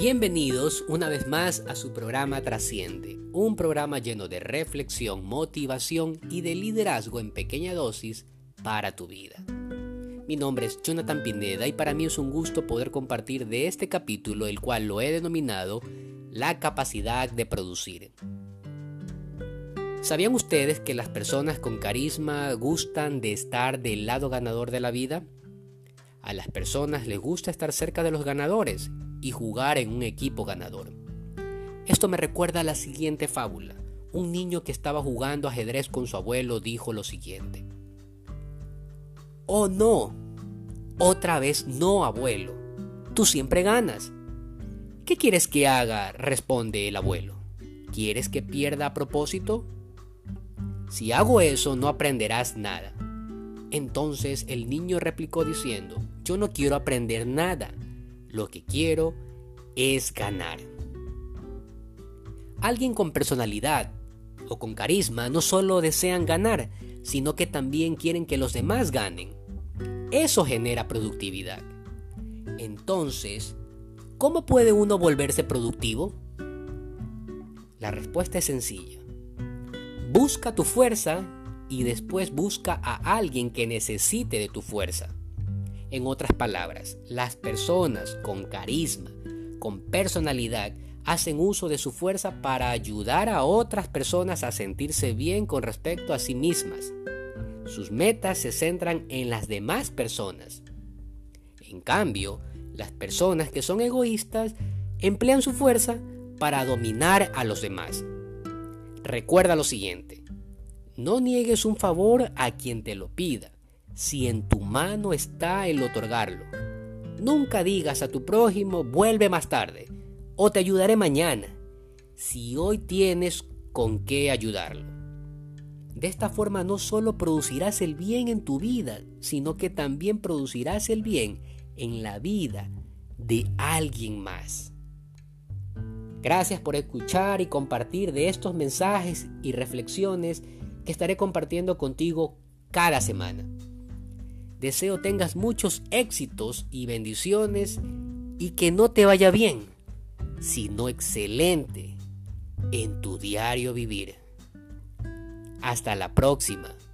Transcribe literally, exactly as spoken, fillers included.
Bienvenidos una vez más a su programa Trasciende, un programa lleno de reflexión, motivación y de liderazgo en pequeña dosis para tu vida. Mi nombre es Jonathan Pineda y para mí es un gusto poder compartir de este capítulo, el cual lo he denominado la capacidad de producir. ¿Sabían ustedes que las personas con carisma gustan de estar del lado ganador de la vida? A las personas les gusta estar cerca de los ganadores y jugar en un equipo ganador. Esto me recuerda a la siguiente fábula. Un niño que estaba jugando ajedrez con su abuelo dijo lo siguiente: «Oh no, otra vez no, abuelo, tú siempre ganas». «¿Qué quieres que haga?», responde el abuelo. «¿Quieres que pierda a propósito? Si hago eso no aprenderás nada». Entonces el niño replicó diciendo: «Yo no quiero aprender nada. Lo que quiero es ganar». Alguien con personalidad o con carisma no solo desean ganar, sino que también quieren que los demás ganen. Eso genera productividad. Entonces, ¿cómo puede uno volverse productivo? La respuesta es sencilla. Busca tu fuerza y después busca a alguien que necesite de tu fuerza. En otras palabras, las personas con carisma, con personalidad, hacen uso de su fuerza para ayudar a otras personas a sentirse bien con respecto a sí mismas. Sus metas se centran en las demás personas. En cambio, las personas que son egoístas emplean su fuerza para dominar a los demás. Recuerda lo siguiente: no niegues un favor a quien te lo pida, si en tu mano está el otorgarlo. Nunca digas a tu prójimo: vuelve más tarde, o te ayudaré mañana, si hoy tienes con qué ayudarlo. De esta forma no solo producirás el bien en tu vida, sino que también producirás el bien en la vida de alguien más. Gracias por escuchar y compartir de estos mensajes y reflexiones que estaré compartiendo contigo cada semana. Deseo tengas muchos éxitos y bendiciones y que no te vaya bien, sino excelente en tu diario vivir. Hasta la próxima.